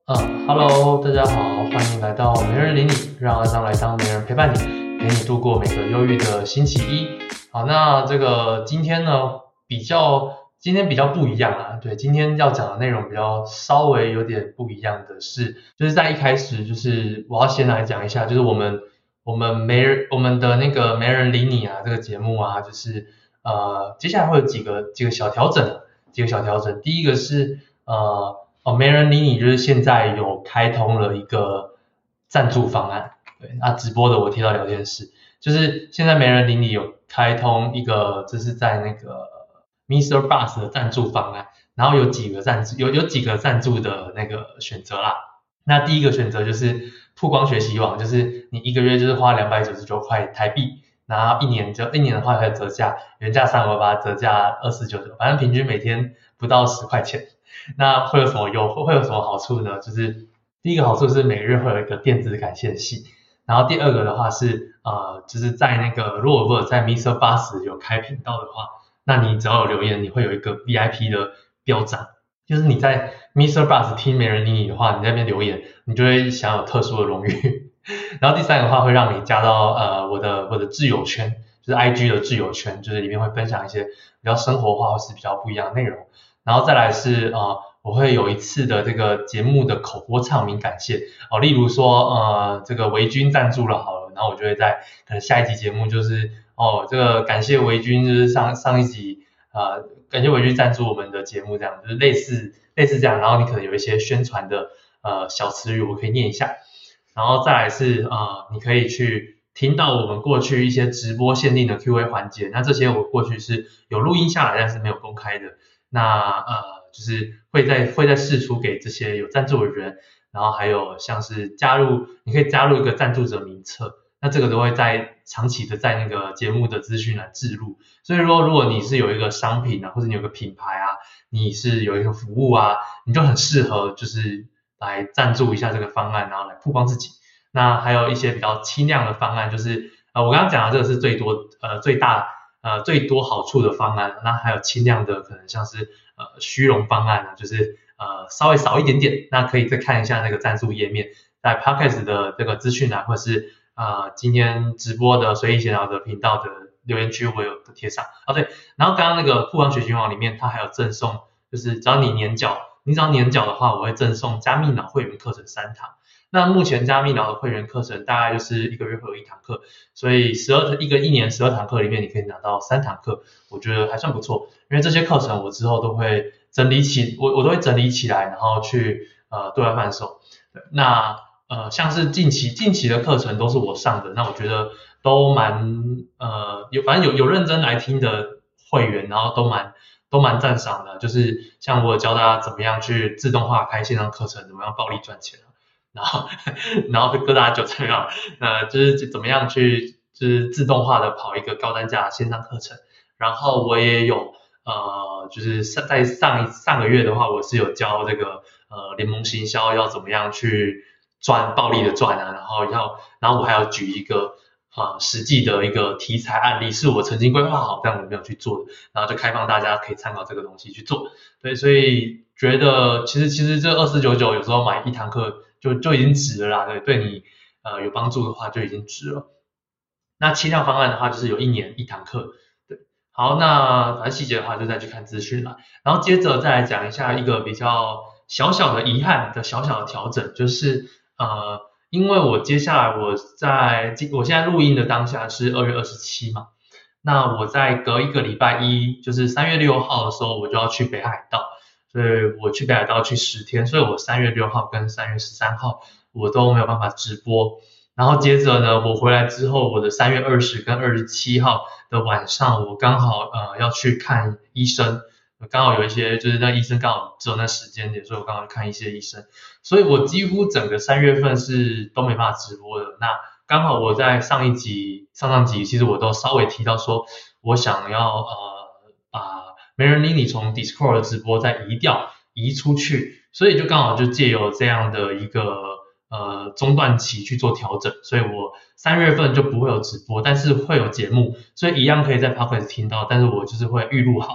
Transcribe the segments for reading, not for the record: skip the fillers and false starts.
Hello，大家好，欢迎来到没人理你，让阿张来当没人陪伴你，陪你度过每个忧郁的星期一。好，那这个今天呢，今天比较不一样啊，对，今天要讲的内容比较稍微有点不一样的是，就是在一开始，就是我要先来讲一下，就是我们的那个没人理你啊这个节目啊，就是接下来会有几个小调整，第一个是没人理你，就是现在有开通了一个赞助方案，对，直播的我贴到聊天室，就是现在没人理你有开通一个，这是在那个 Mr. Bus 的赞助方案，然后有几个赞助的那个选择啦。那第一个选择就是曝光学习网，就是你一个月就是花299块台币，然后一年的话还有折价，原价328，折价2499，反正平均每天不到10块钱。那会有什么会有什么好处呢？就是第一个好处是每日会有一个电子感谢信，然后第二个的话是就是在那个如果在 Mr. Bus 有开频道的话，那你只要有留言，你会有一个 VIP 的标章，就是你在 Mr. Bus 听没人理你的话，你在那边留言，你就会享有特殊的荣誉。然后第三个的话会让你加到我的挚友圈，就是 IG 的挚友圈，就是里面会分享一些比较生活化或是比较不一样的内容。然后再来是我会有一次的这个节目的口播唱名感谢例如说这个维军赞助了好了，然后我就会在可能下一集节目就是这个感谢维军，就是上一集感谢维军赞助我们的节目这样，就是类似这样，然后你可能有一些宣传的小词语我可以念一下，然后再来是你可以去听到我们过去一些直播限定的 Q&A 环节，那这些我过去是有录音下来但是没有公开的，那就是会在释出给这些有赞助的人，然后还有像是你可以加入一个赞助者名册，那这个都会长期的在那个节目的资讯栏置入，所以说如果你是有一个商品啊，或者你有个品牌啊，你是有一个服务啊，你就很适合就是来赞助一下这个方案，然后来曝光自己。那还有一些比较轻量的方案，就是我刚刚讲的这个是最多好处的方案，那还有轻量的可能像是虚荣方案啊，就是稍微少一点点，那可以再看一下那个赞助页面，在 Podcast 的这个资讯栏或者是今天直播的随意闲聊的频道的留言区我有贴上对，然后刚刚那个曝光学习网里面它还有赠送，就是只要你年缴的话，我会赠送加密脑会员课程3堂。那目前加密脑的会员课程大概就是一个月会有1堂课，所以一年12堂课里面你可以拿到3堂课，我觉得还算不错。因为这些课程我之后都会整理我都会整理起来，然后去对外贩售。那像是近期的课程都是我上的，那我觉得都反正有认真来听的会员，然后都蛮赞赏的，就是像我有教大家怎么样去自动化开线上课程，怎么样暴力赚钱，然后割大家韭菜就是怎么样去就是自动化的跑一个高单价的线上课程，然后我也有就是在上个月的话，我是有教这个联盟行销要怎么样去暴力的赚啊，然后我还要举一个实际的一个题材案例，是我曾经规划好但我没有去做的，然后就开放大家可以参考这个东西去做。对，所以觉得其实这2499有时候买1堂课就已经值了啦，对你有帮助的话就已经值了。那轻量方案的话就是有1年1堂课，对。好，那反正细节的话就再去看资讯啦。然后接着再来讲一下一个比较小小的遗憾的小小的调整，就是因为接下来我现在录音的当下是2月27嘛，那我在隔一个礼拜一，就是3月6号的时候我就要去北海道，所以我去北海道去10天，所以我3月6号跟3月13号我都没有办法直播。然后接着呢，我回来之后，我的3月20跟27号的晚上，我刚好要去看医生，刚好有一些就是那医生刚好只有那时间点，所以我刚好去看一些医生，所以我几乎整个3月份是都没办法直播的。那刚好我在上集其实我都稍微提到说，我想要把没人理你从 Discord 的直播再移出去，所以就刚好就借由这样的一个中断期去做调整，所以我3月份就不会有直播，但是会有节目，所以一样可以在 Podcast 听到，但是我就是会预录好，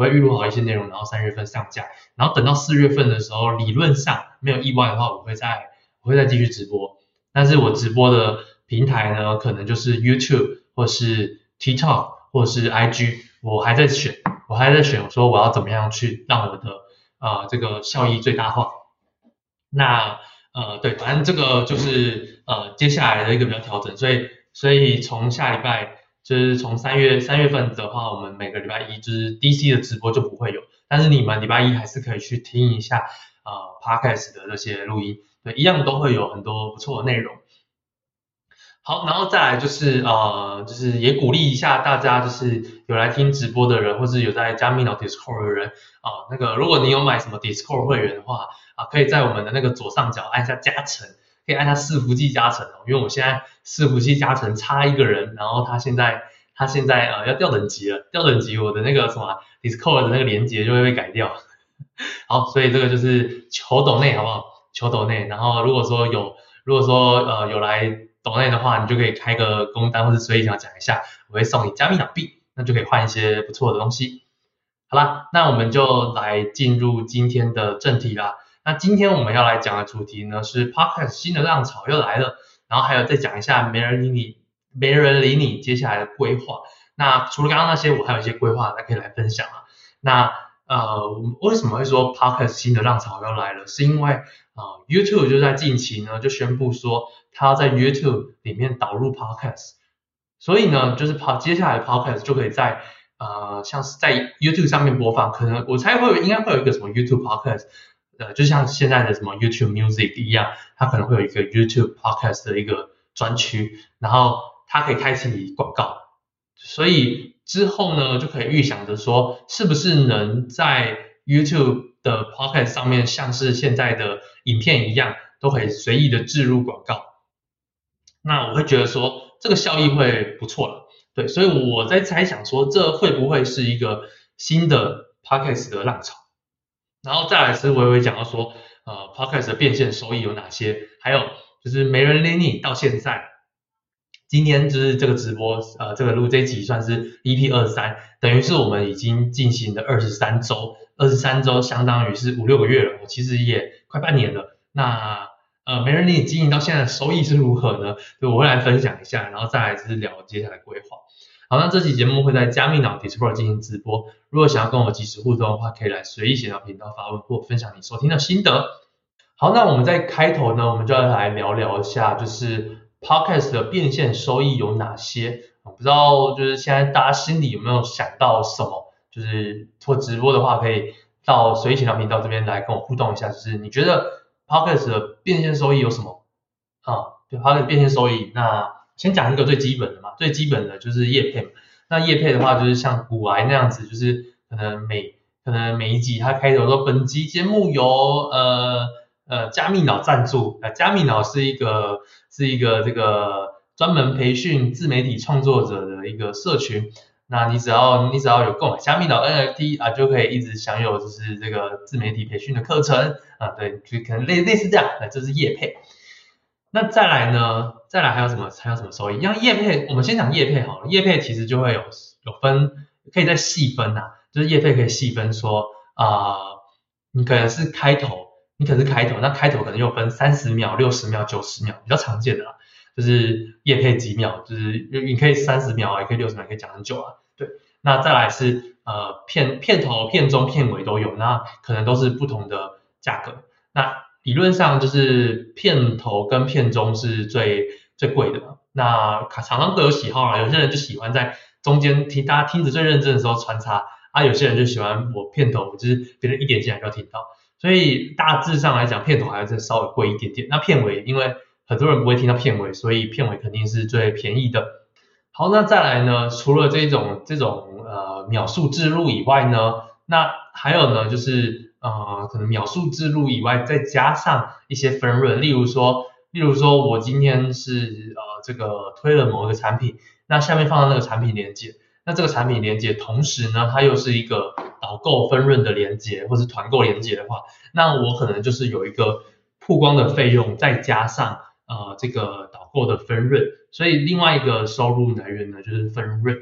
我会预录好一些内容，然后3月份上架，然后等到4月份的时候，理论上没有意外的话，我会再继续直播。但是我直播的平台呢，可能就是 YouTube 或是 TikTok 或是 IG，我还在选说我要怎么样去让我的这个效益最大化。那对，反正这个就是接下来的一个比较调整，所以从下礼拜就是从3月份的话，我们每个礼拜一就是 DC 的直播就不会有，但是你们礼拜一还是可以去听一下Podcast 的这些录音，对，一样都会有很多不错的内容。好，然后再来就是就是也鼓励一下大家，就是有来听直播的人，或是有在加密脑 Discord 的人那个如果你有买什么 Discord 会员的话可以在我们的那个左上角按下加成，可以按下伺服器加成因为我现在伺服器加成差一个人，然后他现在要调等级了，调等级我的那个什么 Discord 的那个连结就会被改掉。好，所以这个就是求抖内好不好？求抖内，然后如果说有来抖内的话，你就可以开个工单或者随意想讲一下，我会送你加密脑币，那就可以换一些不错的东西。好啦，那我们就来进入今天的正题啦。那今天我们要来讲的主题呢是 Podcast 新的浪潮又来了，然后还有再讲一下没人理你接下来的规划。那除了刚刚那些，我还有一些规划可以来分享啊。那为什么会说 Podcast 新的浪潮要来了？是因为YouTube 就在近期呢就宣布说，它要在 YouTube 里面导入 Podcast， 所以呢就是接下来的 Podcast 就可以在像是在 YouTube 上面播放，可能我猜应该会有一个什么 YouTube Podcast，就像现在的什么 YouTube Music 一样，它可能会有一个 YouTube Podcast 的一个专区，然后它可以开启广告，所以之后呢就可以预想着说，是不是能在 YouTube 的 Podcast 上面像是现在的影片一样，都可以随意的置入广告。那我会觉得说这个效益会不错了，对，所以我在猜想说这会不会是一个新的 Podcast 的浪潮。然后再来是我也会讲到说Podcast 的变现收益有哪些，还有就是没人理你到现在，今天就是这个直播这个录这一集算是 EP23，等于是我们已经进行了23周相当于是5-6个月了，其实也快半年了。那没人理你经营到现在的收益是如何呢？对，我会来分享一下，然后再来是聊接下来规划。好，那这期节目会在加密脑 Discord 进行直播，如果想要跟我及时互动的话，可以来随意写到频道发问或分享你收听的心得。好，那我们在开头呢，我们就要来聊一下，就是 Podcast 的变现收益有哪些？我不知道就是现在大家心里有没有想到什么？就是做直播的话，可以到随意写到频道这边来跟我互动一下，就是你觉得 Podcast 的变现收益有什么？对 Podcast 变现收益，那先讲一个最基本的嘛，最基本的就是业配嘛。那业配的话，就是像股癌那样子，就是可能每一集它开头说本集节目由加密脑赞助，加密脑是一个这个专门培训自媒体创作者的一个社群。那你只要有购买加密脑 NFT 就可以一直享有就是这个自媒体培训的课程对，就可能类似这样，这是业配。那再来呢？再来还有什么收益？像业配，我们先讲业配好了。业配其实就会有分，可以再细分就是业配可以细分说你可能是开头，那开头可能又分30秒、60秒、90秒，比较常见的啦。就是业配几秒，就是你可以30秒也可以60秒，也可以讲很久对，那再来是片头、片中、片尾都有，那可能都是不同的价格。那理论上就是片头跟片中是最贵的，那厂商各有喜好有些人就喜欢在中间大家听着最认真的时候穿插有些人就喜欢我片头就是别人一点进来就要听到，所以大致上来讲片头还是稍微贵一点点。那片尾因为很多人不会听到片尾，所以片尾肯定是最便宜的。好，那再来呢，除了这种秒数置入以外呢，那还有呢就是可能秒数置入以外，再加上一些分润，例如说我今天是这个推了某一个产品，那下面放到那个产品连结，那这个产品连结同时呢，它又是一个导购分润的连结或是团购连结的话，那我可能就是有一个曝光的费用，再加上这个导购的分润，所以另外一个收入来源呢就是分润。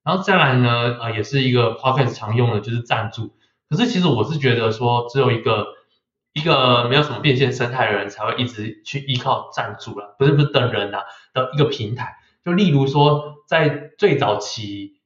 然后再来呢，也是一个 podcast 常用的就是赞助。可是其实我是觉得说，只有一个没有什么变现生态的人才会一直去依靠赞助啦，不是的人啦的一个平台。就例如说，在最早期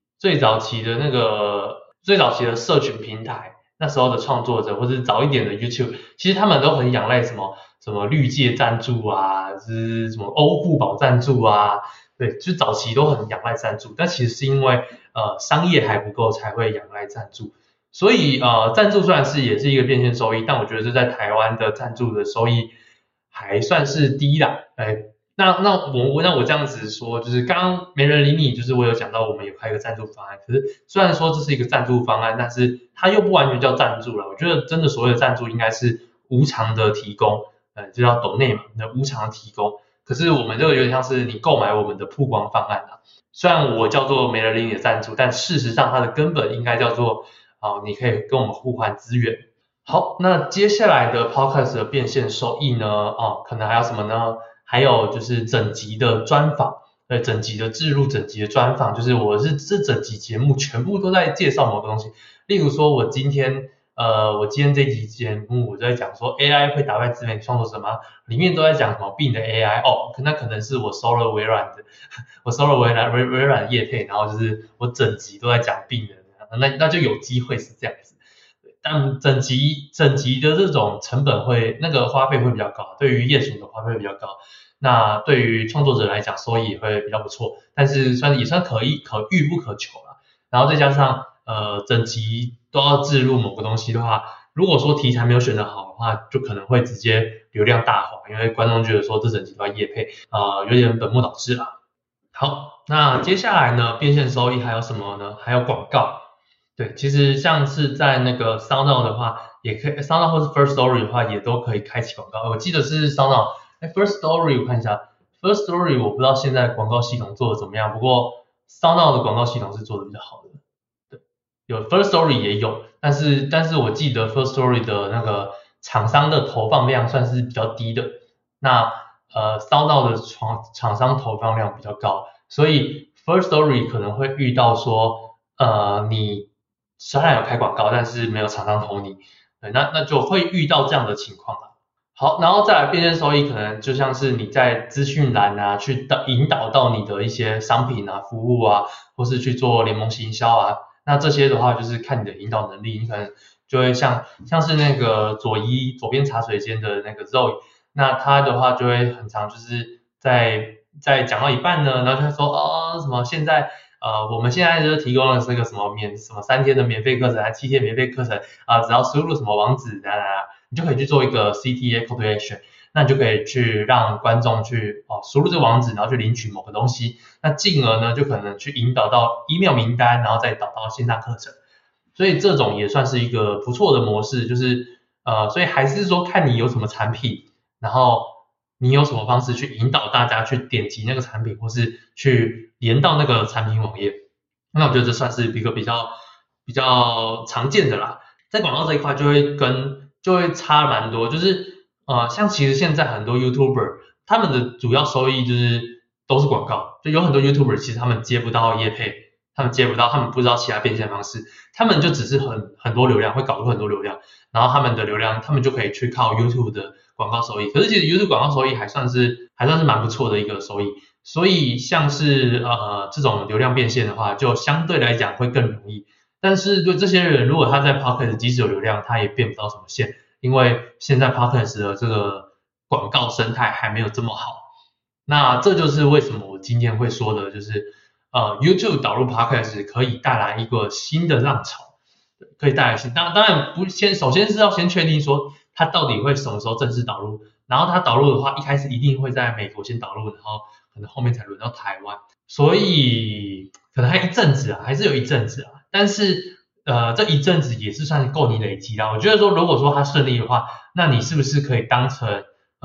的社群平台，那时候的创作者或者是早一点的 YouTube， 其实他们都很仰赖什么绿界赞助啊，是什么欧付宝赞助啊，对，就早期都很仰赖赞助，但其实是因为商业还不够才会仰赖赞助。所以赞助虽然也是一个变现收益，但我觉得这在台湾的赞助的收益还算是低啦。那我这样子说，就是刚刚没人理你，就是我有讲到我们有开一个赞助方案，可是虽然说这是一个赞助方案，但是它又不完全叫赞助了。我觉得真的所谓的赞助应该是无偿的提供，就叫抖内嘛，那无偿的提供。可是我们这个有点像是你购买我们的曝光方案啦。虽然我叫做没人理你的赞助，但事实上它的根本应该叫做你可以跟我们互换资源。好，那接下来的 podcast 的变现收益呢？可能还有什么呢？还有就是整集的专访，整集的置入，整集的专访，就是我是这整集节目全部都在介绍某个东西。例如说，我今天这集节目我就在讲说 AI 会打败自媒体创作者吗？里面都在讲什么 Bing 的 AI 那可能是我收了微软的业配，然后就是我整集都在讲 Bing 的，那就有机会是这样子。但整集的这种成本那个花费会比较高，对于业主的花费会比较高，那对于创作者来讲收益也会比较不错，但是也算可遇不可求啦。然后再加上整集都要置入某个东西的话，如果说题材没有选得好的话，就可能会直接流量大滑，因为观众觉得说这整集都要业配，有点本末倒置啦。好，那接下来呢，变现收益还有什么呢？还有广告。对，其实像是在那个 SoundOn 的话，也可以 SoundOn 或是 First Story 的话，也都可以开启广告。我记得是 SoundOn，First Story 我看一下 ，First Story 我不知道现在广告系统做的怎么样，不过 SoundOn 的广告系统是做的比较好的。对，有 First Story 也有，但是我记得 First Story 的那个厂商的投放量算是比较低的，那SoundOn 的厂商投放量比较高，所以 First Story 可能会遇到说你虽然有开广告，但是没有厂商投你，对，那就会遇到这样的情况啦。好，然后再来变现收益，可能就像是你在资讯栏啊，去引导到你的一些商品啊、服务啊，或是去做联盟行销啊，那这些的话就是看你的引导能力，你可能就会像是那个左边茶水间的那个 Zoe， 那他的话就会很常就是在讲到一半呢，然后就会说什么现在我们现在就提供了这个什么3天的免费课程，还7天免费课程只要输入什么网址你就可以去做一个 CTA call to action， 那你就可以去让观众去输入这个网址，然后去领取某个东西，那进而呢就可能去引导到 email 名单，然后再导到线上课程，所以这种也算是一个不错的模式，就是所以还是说看你有什么产品，然后你有什么方式去引导大家去点击那个产品，或是去连到那个产品网页，那我觉得这算是一个比较常见的啦。在广告这一块就会差蛮多，就是像其实现在很多 YouTuber 他们的主要收益就是都是广告，就有很多 YouTuber 其实他们接不到业配，他们不知道其他变现方式，他们就只是很多流量，会搞出很多流量，然后他们的流量他们就可以去靠 YouTube 的广告收益，可是其实 YouTube 广告收益还算是蛮不错的一个收益，所以像是这种流量变现的话，就相对来讲会更容易。但是对这些人，如果他在 Podcast 即使有流量，他也变不到什么现，因为现在 Podcast 的这个广告生态还没有这么好。那这就是为什么我今天会说的，就是YouTube 导入 Podcast 可以带来一个新的浪潮，可以带来当然首先是要先确定说它到底会什么时候正式导入，然后它导入的话，一开始一定会在美国先导入，然后可能后面才轮到台湾，所以可能还一阵子还是有一阵子但是这一阵子也是算够你累积啦。我觉得说，如果说它顺利的话，那你是不是可以当成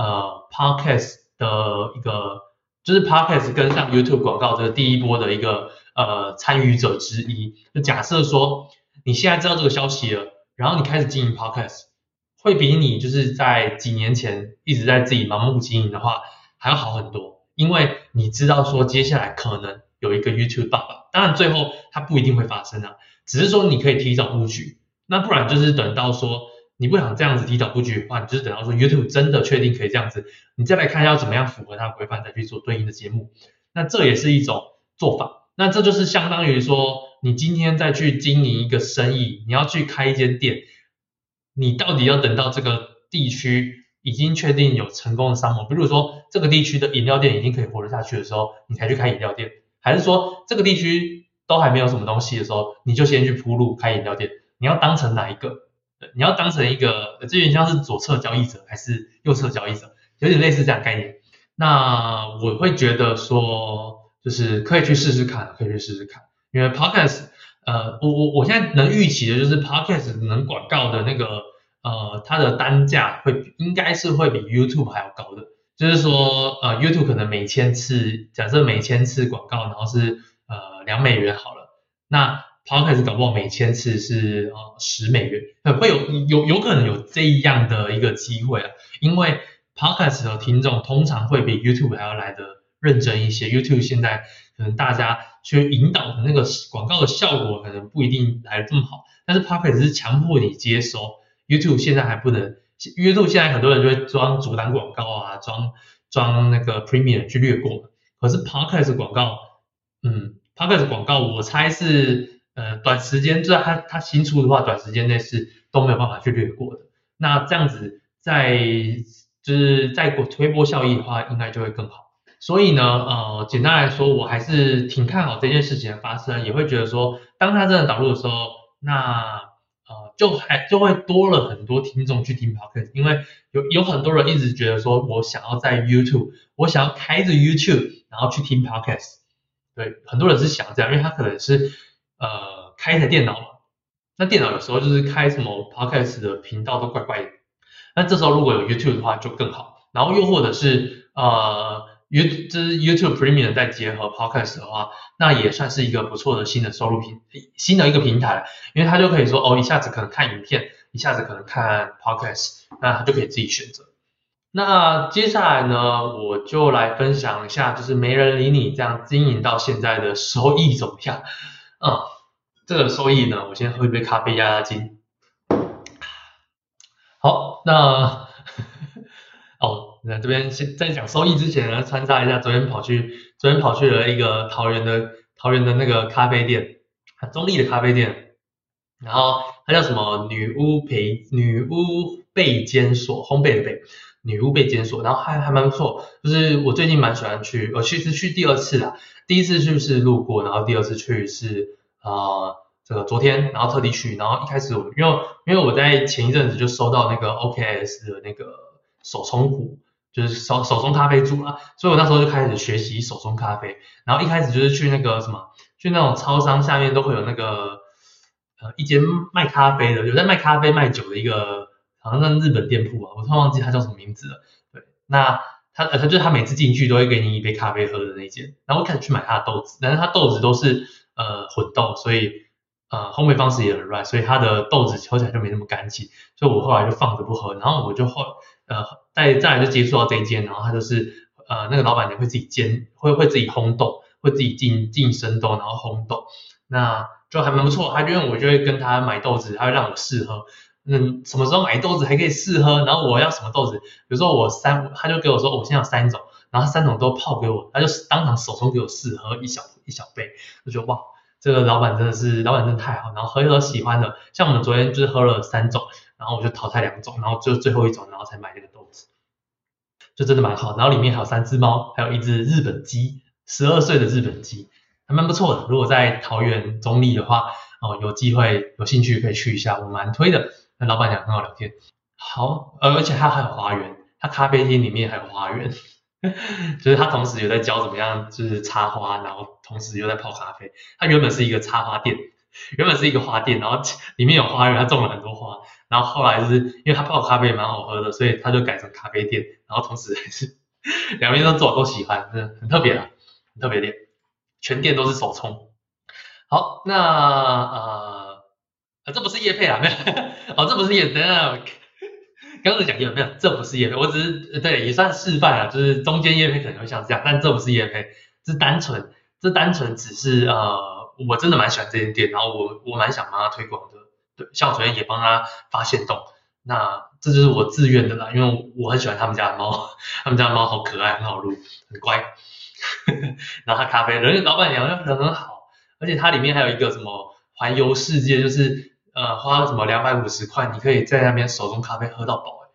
Podcast 的一个，就是 Podcast 跟上 YouTube 广告这个第一波的一个参与者之一？就假设说你现在知道这个消息了，然后你开始经营 Podcast， 会比你就是在几年前一直在自己盲目经营的话还要好很多，因为你知道说接下来可能有一个 YouTube 爸爸。当然最后它不一定会发生啊，只是说你可以提早布局。那不然就是等到说你不想这样子提早布局的话，你就是等到说 YouTube 真的确定可以这样子，你再来看要怎么样符合它的规范再去做对应的节目。那这也是一种做法。那这就是相当于说你今天再去经营一个生意，你要去开一间店，你到底要等到这个地区已经确定有成功的商模，比如说这个地区的饮料店已经可以活得下去的时候，你才去开饮料店，还是说这个地区都还没有什么东西的时候，你就先去铺路开饮料店？你要当成哪一个？你要当成一个，这有点像是左侧交易者还是右侧交易者，有点类似这样的概念。那我会觉得说，就是可以去试试看，可以去试试看，因为 Podcast，我现在能预期的就是 Podcast 能广告的那个它的单价应该是会比 YouTube 还要高的，就是说YouTube 可能每千次，假设每千次广告，然后是$2好了，那 Podcast 搞不好每千次是$10，会有可能有这样的一个机会啊，因为 Podcast 的听众通常会比 YouTube 还要来的认真一些。YouTube 现在可能大家去引导的那个广告的效果可能不一定来得这么好，但是 Podcast 是强迫你接收 ，YouTube 现在还不能。YouTube 现在很多人就会装主打广告啊，装那个 Premium 去略过，可是 Podcast 广告，Podcast 广告我猜是短时间就是它新出的话，短时间内是都没有办法去略过的。那这样子就是在推波效益的话，应该就会更好。所以呢，简单来说，我还是挺看好这件事情的发生，也会觉得说，当它真的导入的时候，那就会多了很多听众去听 Podcast， 因为有很多人一直觉得说我想要在 YouTube， 我想要开着 YouTube， 然后去听 Podcast。对，很多人是想这样，因为他可能是开一台电脑嘛，那电脑有时候就是开什么 Podcast 的频道都怪怪的，那这时候如果有 YouTube 的话就更好，然后又或者是YouTube Premium 再结合 Podcast 的话，那也算是一个不错的新的一个平台，因为它就可以说一下子可能看影片，一下子可能看 Podcast， 那它就可以自己选择。那接下来呢，我就来分享一下，就是没人理你这样经营到现在的收益怎么样？这个收益呢，我先喝一杯咖啡压压惊。好，那那这边在讲收益之前呢，穿插一下，昨天跑去了一个桃园的那个咖啡店，中立的咖啡店，然后它叫什么女巫焙煎所，烘焙的焙。女巫焙煎所，然后还蛮不错，就是我最近蛮喜欢去，我其实去第二次啦，第一次去是路过，然后第二次去是这个昨天，然后特地去，然后一开始因为我在前一阵子就收到那个 OKS 的那个手冲壶，就是手冲咖啡组啦，所以我那时候就开始学习手冲咖啡，然后一开始就是去那个去那种超商下面都会有那个一间卖咖啡的，有在卖咖啡卖酒的一个。好像是日本店铺啊，我突然忘记它叫什么名字了。对，那他就是他每次进去都会给你一杯咖啡喝的那间，然后我开始去买他的豆子，但是他豆子都是混豆，所以烘焙方式也很乱，所以他的豆子喝起来就没那么干净，所以我后来就放着不喝，然后我就再来就接触到这一间，然后他就是那个老板娘会自己煎，会自己烘豆，会自己进生豆，然后烘豆，那就还蛮不错。因为我就会跟他买豆子，他会让我试喝。什么时候买豆子还可以试喝，然后我要什么豆子，比如说他就给我说我现在有3种，然后3种都泡给我，他就当场手冲给我试喝一小杯，我觉得哇，这个老板真的太好，然后喝一喝喜欢的，像我们昨天就是喝了3种，然后我就淘汰2种，然后就最后1种，然后才买那个豆子，就真的蛮好，然后里面还有3只猫，还有1只日本鸡，12岁的日本鸡，还蛮不错的，如果在桃园中立的话，有机会有兴趣可以去一下，我蛮推的。跟老板娘很好聊天，好，而且他还有花园，他咖啡厅里面还有花园，就是他同时有在教怎么样就是插花，然后同时又在泡咖啡。他原本是一个插花店，原本是一个花店，然后里面有花园，他种了很多花，然后后来就是因为他泡咖啡也蛮好喝的，所以他就改成咖啡店，然后同时还是两边都喜欢，真的很特别啊，很特别店，全店都是手冲。好，那这不是业配啦，没有，这不是业，等一下，刚才讲业配，没有，这不是业配，我只是对也算示范啦，就是中间业配可能会像这样，但这不是业配，是单纯这单纯只是我真的蛮喜欢这间店，然后我蛮想帮他推广的。对，像我昨天也帮他发现动，那这就是我自愿的啦，因为我很喜欢他们家的猫，他们家的猫好可爱，很好撸，很乖。然后他咖啡老板娘人很好，而且它里面还有一个什么环游世界，就是花什么250块，你可以在那边手冲咖啡喝到饱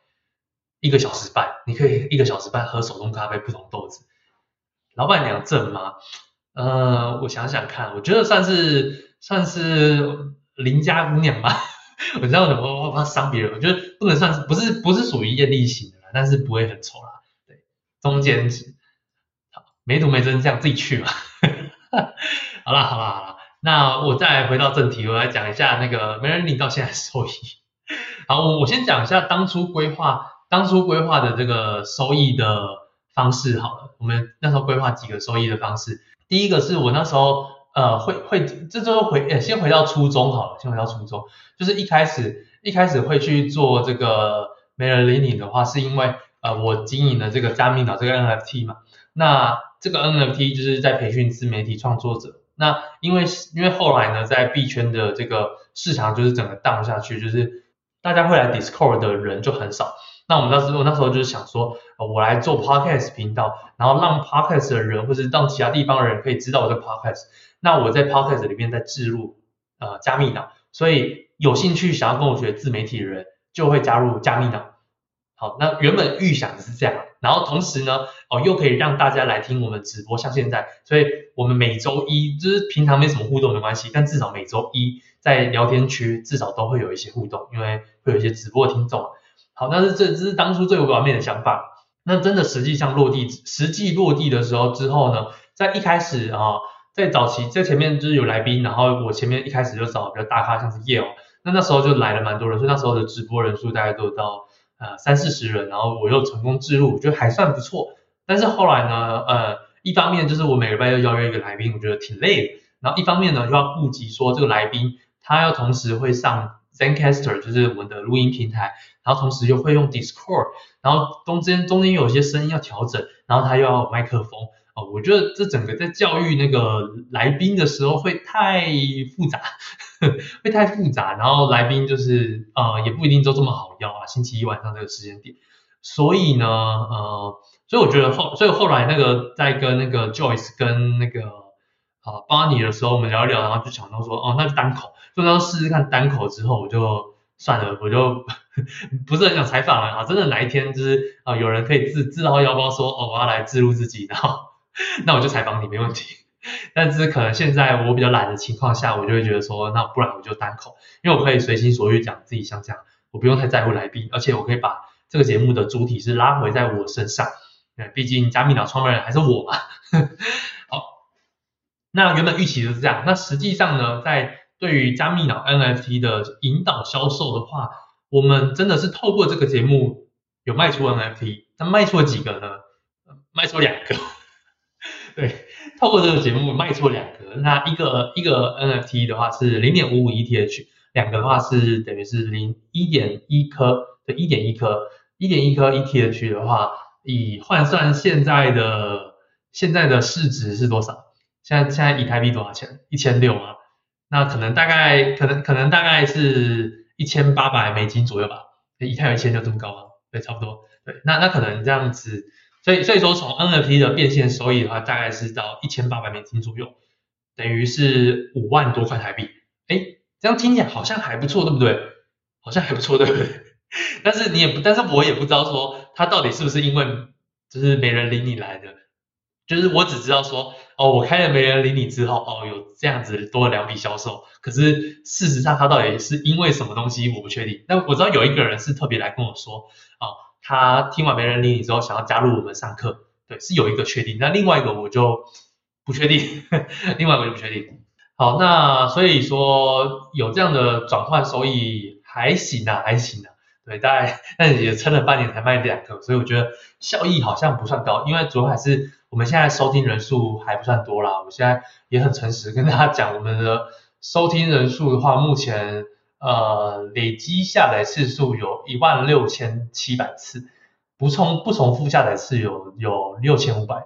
，1个小时半，你可以1个小时半喝手冲咖啡，不同豆子。老板娘正吗？我想想看，我觉得算是邻家姑娘吧。我知道我怕伤别人，我觉得不能算是不是属于艳丽型的啦，但是不会很丑啦，对，中间值。好，没图没真相，自己去嘛。好啦，那我再回到正题，我来讲一下那个没人领到现在收益。好，我先讲一下当初规划的这个收益的方式好了。我们那时候规划几个收益的方式，第一个是我那时候这就先回到初中好了，先回到初中，就是一开始会去做这个没人理你的话，是因为我经营的这个加密脑这个 NFT 嘛，那这个 NFT 就是在培训自媒体创作者。那因为后来呢，在币圈的这个市场就是整个 down 下去，就是大家会来 Discord 的人就很少。那我那时候就是想说，我来做 Podcast 频道，然后让 Podcast 的人或是让其他地方的人可以知道我的 Podcast。那我在 Podcast 里面再置入加密脑，所以有兴趣想要跟我学自媒体的人就会加入加密脑。好，那原本预想的是这样，然后同时呢，又可以让大家来听我们直播，像现在，所以我们每周一就是平常没什么互动没关系，但至少每周一在聊天区至少都会有一些互动，因为会有一些直播的听众。好，那这是当初最表面的想法。那真的实际落地的时候之后呢，在一开始在早期在前面就是有来宾，然后我前面一开始就找比较大咖，像是 Yale， 那时候就来了蛮多人，所以那时候的直播人数大概都到30-40人，然后我又成功置入，我觉得还算不错。但是后来呢，一方面就是我每个礼拜要邀约一个来宾，我觉得挺累的，然后一方面呢又要顾及说这个来宾他要同时会上 Zencastr 就是我们的录音平台，然后同时又会用 Discord， 然后中间有些声音要调整，然后他又要有麦克风。我觉得这整个在教育那个来宾的时候会太复杂，然后来宾就是也不一定都这么好邀啊，星期一晚上这个时间点，所以呢所以我觉得后来那个在跟那个 Joyce 跟那个Bonnie 的时候，我们聊一聊，然后就想到说那就单口，就要试试看单口之后，我就算了，我就不是很想采访了啊，真的哪一天就是有人可以自掏腰包说我要来自录自己，然后那我就采访你没问题。但是可能现在我比较懒的情况下，我就会觉得说那不然我就单口，因为我可以随心所欲讲自己想讲，我不用太在乎来宾，而且我可以把这个节目的主体是拉回在我身上，毕竟加密脑创办人还是我嘛。好，那原本预期就是这样，那实际上呢，在对于加密脑 NFT 的引导销售的话，我们真的是透过这个节目有卖出 NFT， 那卖出了几个呢？卖出2个。对，透过这个节目卖出2个，那一个 NFT 的话是 0.55 ETH， 2个的话是等于是1.1颗，对，1.1颗ETH 的话，以换算现在的市值是多少？现在以台币多少钱？1600吗？那可能大概是$1800左右吧，以太有1000就这么高吗？对，差不多。对，那可能这样子。所以说从 NFT 的变现收益的话，大概是到$1800左右，等于是5万多块台币。这样听起来好像还不错，对不对？好像还不错，对不对？但是我也不知道说他到底是不是因为就是没人理你来的，就是我只知道说我开了没人理你之后有这样子多了2笔销售，可是事实上他到底是因为什么东西我不确定。但我知道有一个人是特别来跟我说他听完没人理你之后想要加入我们上课，对，是有一个确定，那另外一个我就不确定。好，那所以说有这样的转换收益还行啊，对，大概但也撑了半年才卖2个，所以我觉得效益好像不算高，因为主要还是我们现在收听人数还不算多啦。我现在也很诚实跟大家讲，我们的收听人数的话，目前累积下载次数有16700次，不重复下载次有6500，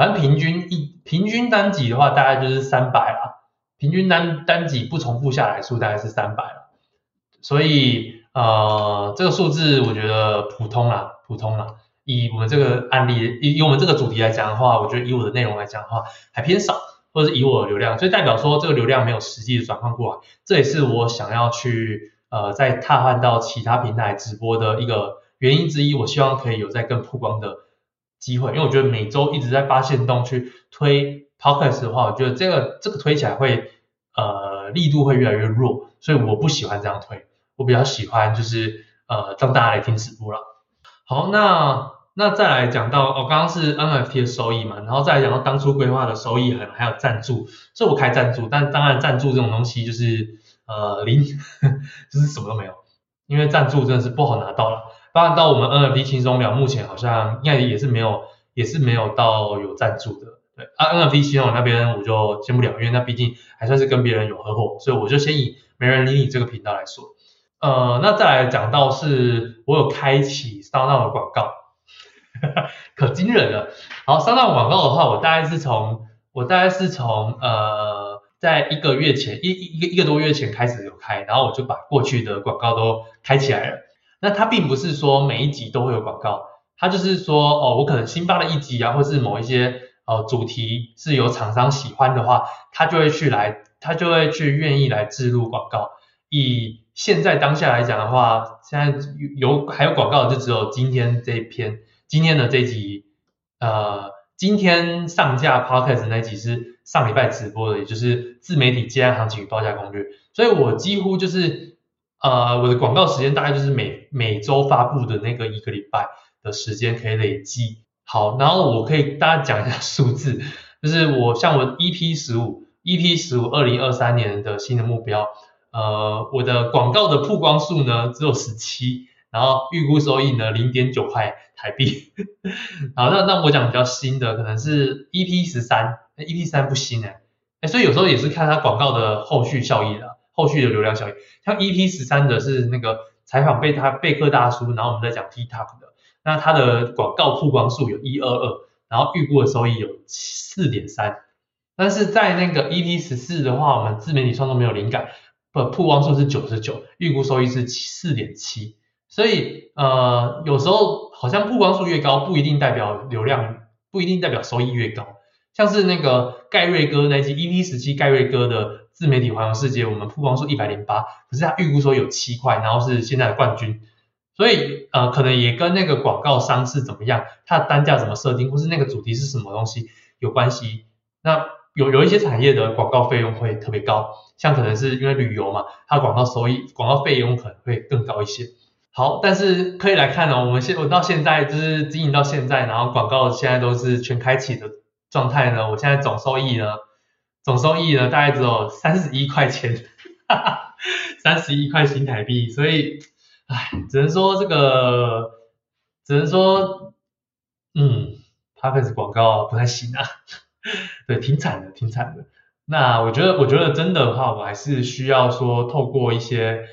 反正平均单集的话大概就是300啦，平均单集不重复下来数大概是300啦，所以这个数字我觉得普通啦。以我们这个案例，以我们这个主题来讲的话，我觉得以我的内容来讲的话还偏少，或者是以我的流量，所以代表说这个流量没有实际的转换过来，这也是我想要去再踏换到其他平台直播的一个原因之一。我希望可以有再更曝光的机会，因为我觉得每周一直在发限动去推 podcast 的话，我觉得这个推起来会力度会越来越弱，所以我不喜欢这样推，我比较喜欢就是让大家来听直播啦。好，那再来讲到刚刚是 NFT 的收益嘛，然后再来讲到当初规划的收益还有赞助，所以我开赞助，但当然赞助这种东西就是零，就是什么都没有，因为赞助真的是不好拿到了。当然到我们 NFT 轻松聊，目前好像应该也是没有到有赞助的。对NFT 轻松聊那边我就先不聊，因为那毕竟还算是跟别人有合伙，所以我就先以没人理你这个频道来说。那再来讲到是我有开启SoundOn的广告，可惊人了。好，SoundOn广告的话，我大概是从在1个月前一个多月前开始有开，然后我就把过去的广告都开起来了。那它并不是说每一集都会有广告，它就是说我可能新发的一集啊，或是某一些主题是有厂商喜欢的话，他就会去愿意来置入广告。以现在当下来讲的话，现在还有广告的就只有今天的这一集，今天上架 podcast 那一集是上礼拜直播的，也就是自媒体接案行情与报价攻略，所以我几乎就是我的广告时间大概就是每周发布的那个1个礼拜的时间可以累积。好，然后我可以大家讲一下数字，就是像我 EP15 2023年的新的目标，我的广告的曝光数呢只有17，然后预估收益呢 0.9 块台币。好，那我讲比较新的可能是 EP13 不新所以有时候也是看它广告的后续效益啦，后续的流量效益。像 EP13 的是那个采访贝克大叔，然后我们在讲 TikTok 的，那它的广告曝光数有122，然后预估的收益有 4.3， 但是在那个 EP14 的话，我们自媒体创作没有灵感，曝光数是99，预估收益是 4.7， 所以有时候好像曝光数越高不一定代表流量，不一定代表收益越高。像是那个盖瑞哥那集 EP17 盖瑞哥的自媒体环游世界，我们曝光数108，可是他预估说有7块，然后是现在的冠军。所以可能也跟那个广告商是怎么样，它的单价怎么设定，或是那个主题是什么东西有关系。那有一些产业的广告费用会特别高，像可能是因为旅游嘛，它的广告费用可能会更高一些。好，但是可以来看我到现在就是经营到现在，然后广告现在都是全开启的状态呢，我现在总收益呢大概只有31块钱，31块新台币，所以只能说Podcast 广告不太行啊，对，挺惨的。那我觉得真的话，我还是需要说透过一些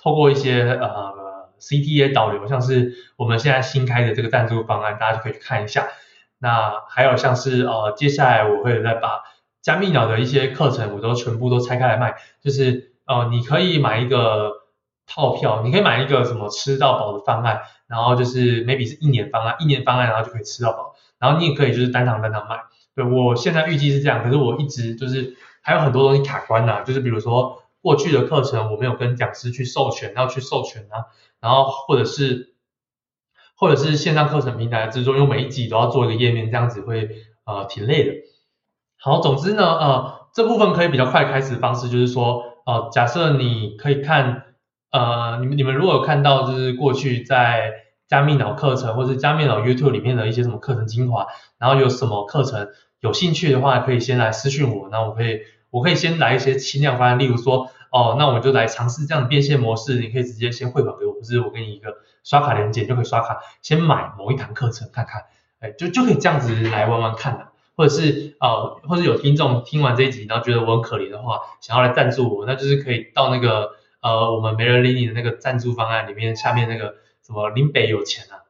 CTA 导流，像是我们现在新开的这个赞助方案，大家就可以去看一下。那还有像是接下来我会再把加密鸟的一些课程，我都全部都拆开来卖，就是你可以买一个套票，你可以买一个什么吃到饱的方案，然后就是 maybe 是1年方案，然后就可以吃到饱，然后你也可以就是单堂买。对，我现在预计是这样，可是我一直就是还有很多东西卡关啊，就是比如说过去的课程我没有跟讲师去授权，要去授权啊，然后或者是线上课程平台的制作，因为每一集都要做一个页面，这样子会挺累的。好，总之呢这部分可以比较快开始的方式就是说假设你可以看你们如果有看到就是过去在加密脑课程或是加密脑 YouTube 里面的一些什么课程精华，然后有什么课程有兴趣的话，可以先来私讯我，那我可以先来一些轻量方案，例如说那我就来尝试这样的变现模式，你可以直接先汇款给我，或是我给你一个刷卡连结，就可以刷卡先买某一堂课程看看，就可以这样子来玩玩看的。或者有听众听完这一集，然后觉得我很可怜的话，想要来赞助我，那就是可以到那个我们没人理你的那个赞助方案里面，下面那个什么林北有钱啊，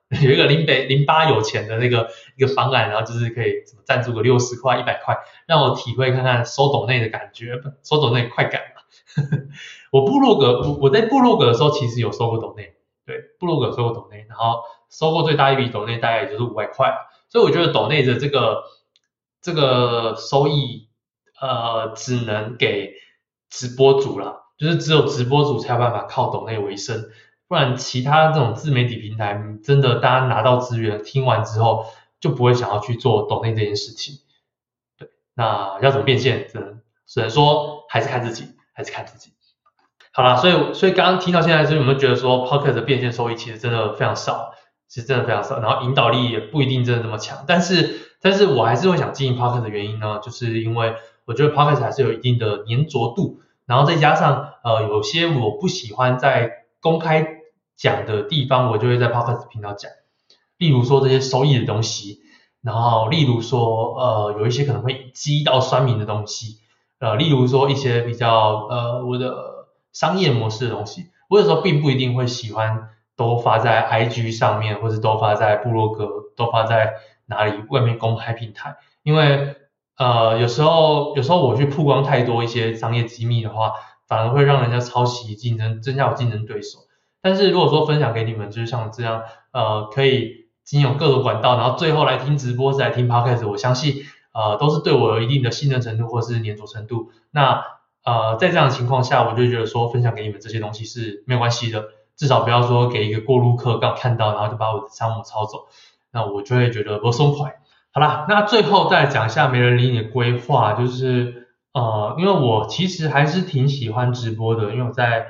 有一个08有钱的一个方案，然后就是可以怎么赞助个60块、100块，让我体会看看收抖内的感觉，收抖内快感嘛。我在部落格的时候其实有收过抖内，对，部落格收过抖内，然后收过最大一笔抖内大概也就是500块，所以我觉得抖内的这个收益只能给直播主啦，就是只有直播主才有办法靠抖内为生，不然其他这种自媒体平台真的大家拿到资源听完之后就不会想要去做抖内这件事情。对，那要怎么变现，只能说还是看自己，还是看自己。好啦，所以刚刚听到现在，有没有觉得说 Podcast 的变现收益其实真的非常少，其实真的非常少，然后引导力也不一定真的那么强，但是我还是会想经营 Podcast 的原因呢，就是因为我觉得 Podcast 还是有一定的粘着度，然后再加上有些我不喜欢在公开讲的地方，我就会在 Podcast 频道讲，例如说这些收益的东西，然后例如说有一些可能会激到酸民的东西，例如说一些比较我的商业模式的东西，我有时候并不一定会喜欢都发在 IG 上面，或者都发在部落格，都发在哪里外面公开平台，因为有时候我去曝光太多一些商业机密的话，反而会让人家抄袭竞争，增加我竞争对手。但是如果说分享给你们，就是像这样可以经由各种管道，然后最后来听直播，再来听 Podcast， 我相信都是对我有一定的信任程度或是黏着程度。那在这样的情况下，我就觉得说分享给你们这些东西是没有关系的，至少不要说给一个过路客刚看到，然后就把我的项目抄走，那我就会觉得不松快。好啦，那最后再讲一下没人理你的规划，就是因为我其实还是挺喜欢直播的，因为我在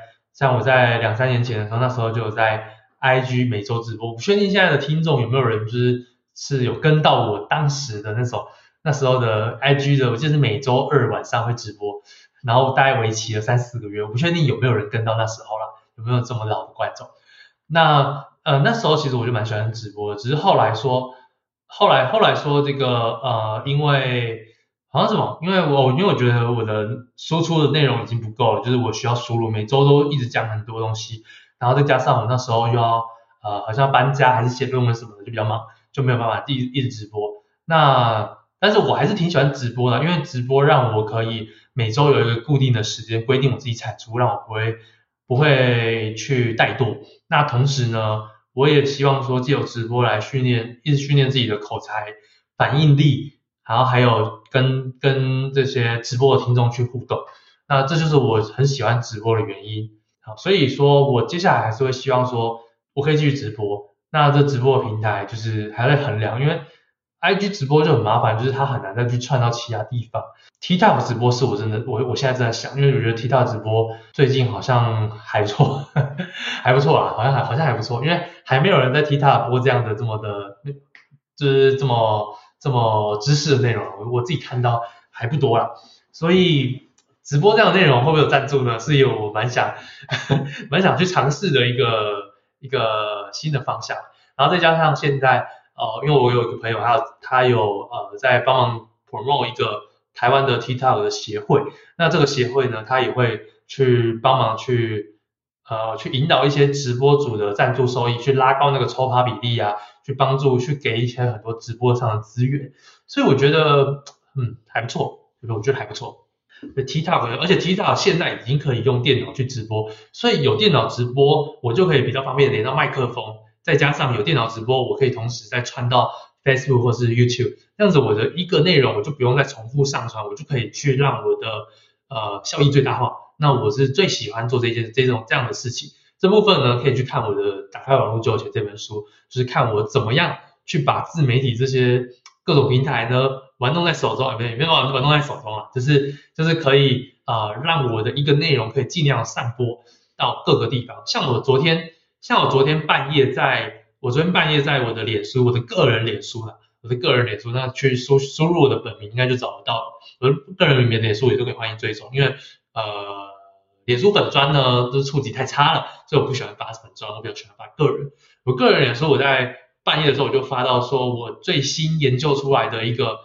2-3年前的时候，那时候就有在 IG 每周直播，我不确定现在的听众有没有人是有跟到我当时的那时候的 IG 的，我记得是每周2晚上会直播，然后大概为期了3-4个月，我不确定有没有人跟到那时候啦，有没有这么老的观众。那那时候其实我就蛮喜欢直播的，只是后来说这个因为好像什么，因为我觉得我的输出的内容已经不够了，就是我需要输入，每周都一直讲很多东西，然后再加上我那时候又要好像搬家还是写论文什么的，就比较忙，就没有办法一直直播。但是我还是挺喜欢直播的，因为直播让我可以每周有一个固定的时间规定我自己产出，让我不会去怠惰。那同时呢，我也希望说借由直播来一直训练自己的口才、反应力，然后还有跟这些直播的听众去互动。那这就是我很喜欢直播的原因。好，所以说我接下来还是会希望说我可以继续直播。那这直播的平台就是还在衡量，因为 IG 直播就很麻烦，就是它很难再去串到其他地方。TikTok 直播是我现在正在想，因为我觉得 TikTok 直播最近好像还不错，还不错啦，好像还不错，因为还没有人在 TikTok 播这样的就是这么知识的内容，我自己看到还不多啦，所以直播这样的内容会不会有赞助呢？是有我蛮想去尝试的一个新的方向，然后再加上现在因为我有一个朋友，他有在帮忙 promote 一个台湾的 TikTok 的协会，那这个协会呢，他也会去帮忙去引导一些直播主的赞助收益，去拉高那个抽趴比例啊，去帮助去给一些很多直播上的资源，所以我觉得还不错，我觉得还不错。TikTok 而且 TikTok 现在已经可以用电脑去直播，所以有电脑直播我就可以比较方便连到麦克风，再加上有电脑直播我可以同时再传到 Facebook 或是 YouTube， 这样子我的一个内容我就不用再重复上传，我就可以去让我的效益最大化。那我是最喜欢做这样的事情，这部分呢可以去看我的《打开网络就有钱》这本书，就是看我怎么样去把自媒体这些各种平台呢玩弄在手中，没有玩弄在手中啊，就是可以让我的一个内容可以尽量散播到各个地方。像我昨天半夜在我的脸书，我的个人脸书，那去输入我的本名应该就找得到了。我的个人脸书也都可以欢迎追踪，因为脸书粉专呢就是触及太差了，所以我不喜欢发粉专，我比较喜欢发个人。我个人脸书我在半夜的时候我就发到说我最新研究出来的一个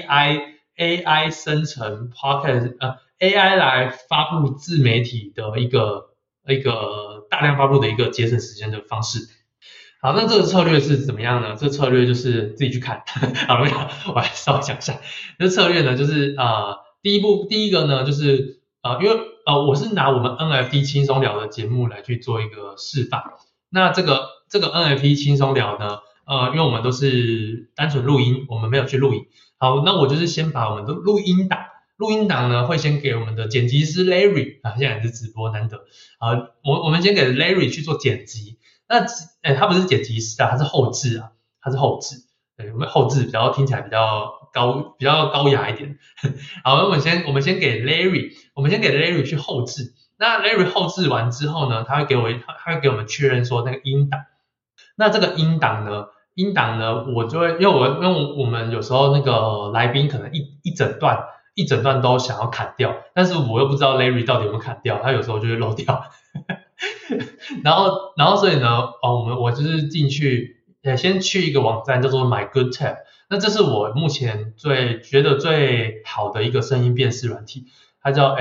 AI 生成 Podcast AI 来发布自媒体的一个大量发布的一个节省时间的方式。 好，那这个策略是怎么样呢？这个策略就是自己去看。好了，我来稍微讲一下。这策略呢，就是第一个呢，就是因为我是拿我们 NFT 轻松聊的节目来去做一个示范。那这个 NFT 轻松聊呢，因为我们都是单纯录音，我们没有去录影。好，那我就是先把我们的录音档呢，会先给我们的剪辑师 Larry 啊，现在也是直播难得啊，我们先给 Larry 去做剪辑。那他不是剪辑师啊，他是后制啊，他是后制。对，我们后制比较听起来比较高雅一点。好，我们先给 Larry 去后制。那 Larry 后制完之后呢，他会给我们确认说那个音档。那这个音档呢，我就会因为我们有时候那个来宾可能一整段都想要砍掉，但是我又不知道 Larry 到底有没有砍掉，他有时候就会漏掉。然后所以呢，我就是进去，先去一个网站叫做 MyGoodTape， 那这是我目前觉得最好的一个声音辨识软体，它叫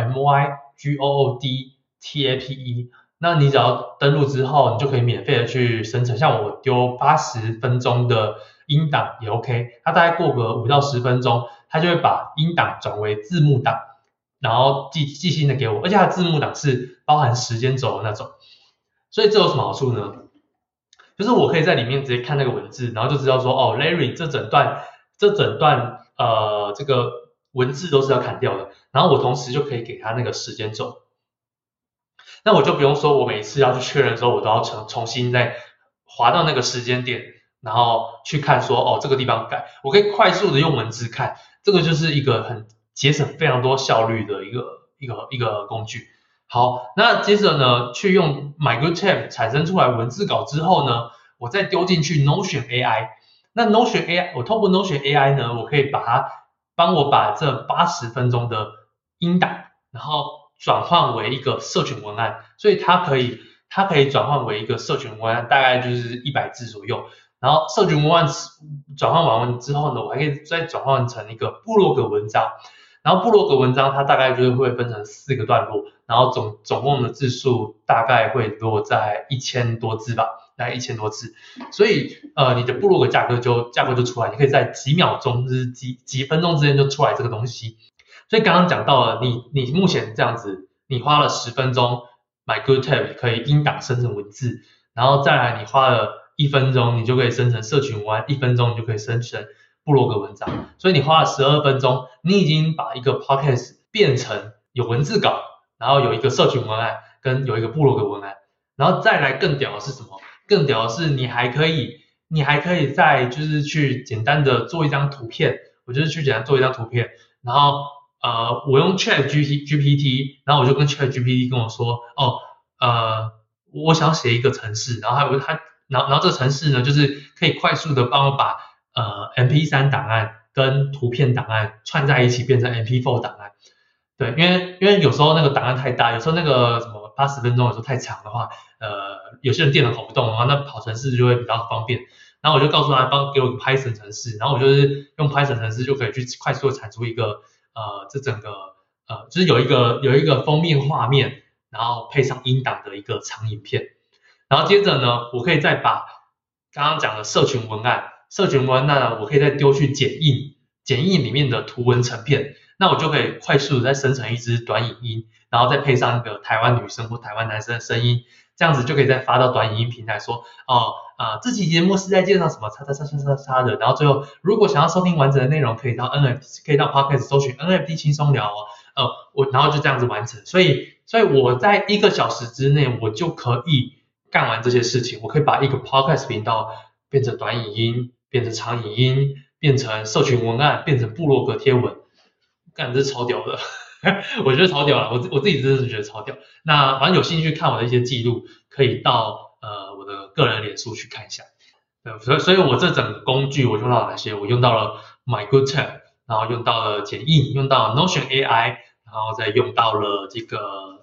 MyGoodTape。那你只要登录之后，你就可以免费的去生成，像我丢80分钟的音档也 OK， 它大概过个5到10分钟，它就会把音档转为字幕档，然后寄信的给我，而且它的字幕档是包含时间轴的那种。所以这有什么好处呢？就是我可以在里面直接看那个文字，然后就知道说，哦 ，Larry 这整段这个文字都是要砍掉的，然后我同时就可以给他那个时间轴。那我就不用说我每次要去确认的时候，我都要重新再滑到那个时间点，然后去看说，哦，这个地方改，我可以快速的用文字看，这个就是一个很节省非常多效率的一个工具。好，那接着呢，去用 MyGoodTape 产生出来文字稿之后呢，我再丢进去 Notion AI。那 Notion AI， 我透过 Notion AI 呢，我可以帮我把这80分钟的音档，然后转换为一个社群文案，所以它可以转换为一个社群文案，大概就是100字左右。然后社群文案转换完之后呢，我还可以再转换成一个部落格文章。然后部落格文章它大概就是会分成4个段落，然后总共的字数大概会落在1000多字吧，大概1000多字。所以你的部落格价格就出来，你可以在几秒钟就是几分钟之间就出来这个东西。所以刚刚讲到了，你目前这样子，你花了10分钟 MyGoodTape 可以音档生成文字，然后再来你花了1分钟，你就可以生成社群文案，1分钟你就可以生成部落格文章，所以你花了12分钟，你已经把一个 podcast 变成有文字稿，然后有一个社群文案跟有一个部落格文案，然后再来更屌的是什么？更屌的是你还可以再就是去简单的做一张图片，我就是去简单做一张图片，然后我用 ChatGPT， 然后我就跟 ChatGPT 跟我说，我想写一个程式，然后然后这个程式呢，就是可以快速的帮我把MP3 档案跟图片档案串在一起变成 MP4 档案。对，因为有时候那个档案太大，有时候那个什么80分钟有时候太长的话，有些人电脑跑不动的话，那跑程式就会比较方便。然后我就告诉他给我一个 Python 程式，然后我就是用 Python 程式就可以去快速的产出一个这整个就是有一个封面画面，然后配上音档的一个长影片。然后接着呢，我可以再把刚刚讲的社群文案我可以再丢去剪映里面的图文成片，那我就可以快速的再生成一支短影音，然后再配上一个台湾女生或台湾男生的声音，这样子就可以再发到短影音平台说，这期节目是在介绍什么叉的，然后最后如果想要收听完整的内容，可以到 Podcast 搜寻 NFT 轻松聊然后就这样子完成。所以我在1个小时之内，我就可以干完这些事情，我可以把一个 Podcast 频道变成短影音，变成长影音，变成社群文案，变成部落格贴文，干，这超屌的。我觉得超屌了，我自己真的是觉得超屌。那反正有兴趣看我的一些记录，可以到我的个人脸书去看一下。所以我这整个工具我用到了哪些？我用到了 MyGoodTape， 然后用到了剪映，用到了 Notion AI， 然后再用到了这个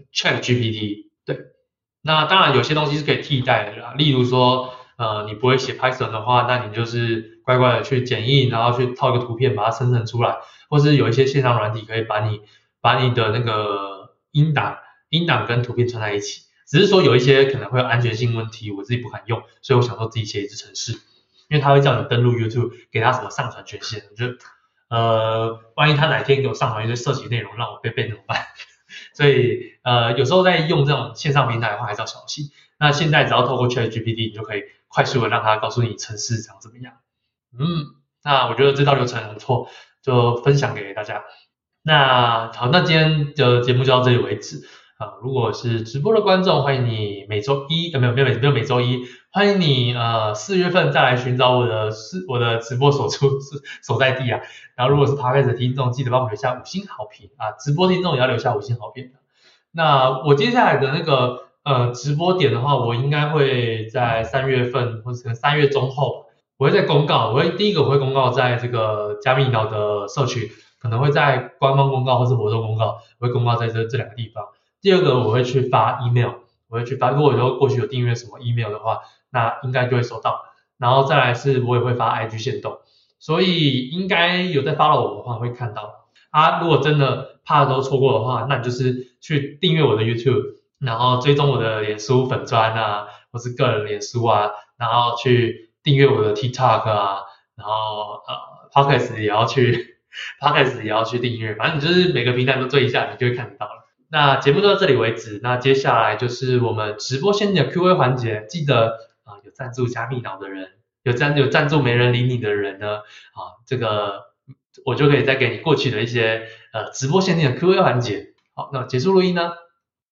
ChatGPT。对，那当然有些东西是可以替代的啦，例如说你不会写 Python 的话，那你就是乖乖的去剪映，然后去套一个图片把它生成出来，或是有一些线上软体可以把你的那个音档跟图片串在一起， 只是说有一些可能会有安全性问题，我自己不敢用，所以我想说自己写一支程式，因为他会叫你登录 YouTube， 给他什么上传权限，我觉得万一他哪天给我上传一堆色情内容让我被 ban 怎么办？所以有时候在用这种线上平台的话还是要小心。那现在只要透过 ChatGPT， 你就可以快速的让它告诉你程式长怎么样。那我觉得这套流程很不错，就分享给大家。那好，那今天的节目就到这里为止啊。如果是直播的观众，欢迎你每周一没有每周一，欢迎你4月份再来寻找我的直播所在地啊。然后如果是 Podcast 的听众，记得帮我留下5星好评啊。直播听众也要留下5星好评的。那我接下来的那个直播点的话，我应该会在3月份或者可能3月中后吧，我会再公告。第一个我会公告在这个加密脑的社群，可能会在官方公告或是活动公告，我会公告在这2个地方。第二个我会去发 email， 我会去发，如果说过去有订阅什么 email 的话，那应该就会收到。然后再来是我也会发 IG 限动，所以应该有在 follow 我的话会看到。如果真的怕都错过的话，那你就是去订阅我的 YouTube， 然后追踪我的脸书粉专啊，或是个人脸书啊，然后去订阅我的 TikTok 啊，然后Podcast 也要去订阅，反正你就是每个平台都追一下，你就会看得到了。那节目就到这里为止，那接下来就是我们直播限定的 Q&A 环节，记得有赞助加密脑的人，有赞助没人理你的人呢，这个我就可以再给你过去的一些直播限定的 Q&A 环节。好，那结束录音呢，